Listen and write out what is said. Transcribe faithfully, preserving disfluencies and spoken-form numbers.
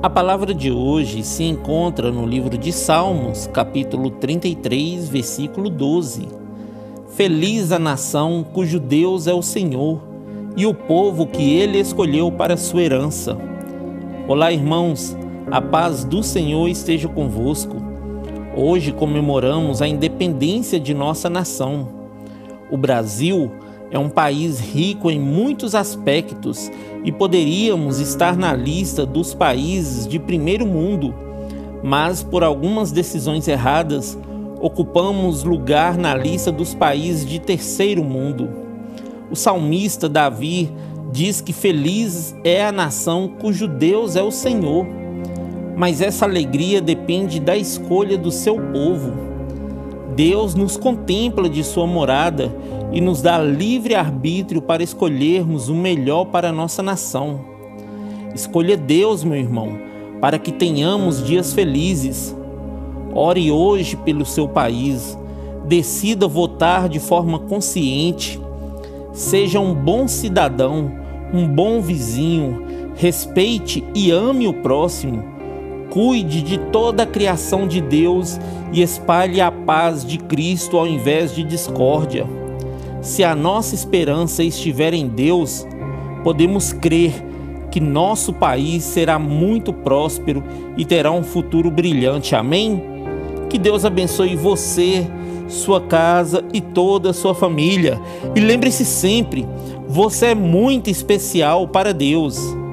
A palavra de hoje se encontra no livro de Salmos, capítulo trinta e três, versículo doze. Feliz a nação cujo Deus é o Senhor e o povo que Ele escolheu para sua herança. Olá, irmãos, a paz do Senhor esteja convosco. Hoje comemoramos a independência de nossa nação. O Brasil é um país rico em muitos aspectos e poderíamos estar na lista dos países de primeiro mundo, mas por algumas decisões erradas, ocupamos lugar na lista dos países de terceiro mundo. O salmista Davi diz que feliz é a nação cujo Deus é o Senhor, mas essa alegria depende da escolha do seu povo. Deus nos contempla de sua morada e nos dá livre arbítrio para escolhermos o melhor para a nossa nação. Escolha Deus, meu irmão, para que tenhamos dias felizes. Ore hoje pelo seu país, decida votar de forma consciente, seja um bom cidadão, um bom vizinho, respeite e ame o próximo. Cuide de toda a criação de Deus e espalhe a paz de Cristo ao invés de discórdia. Se a nossa esperança estiver em Deus, podemos crer que nosso país será muito próspero e terá um futuro brilhante. Amém? Que Deus abençoe você, sua casa e toda a sua família. E lembre-se sempre, você é muito especial para Deus.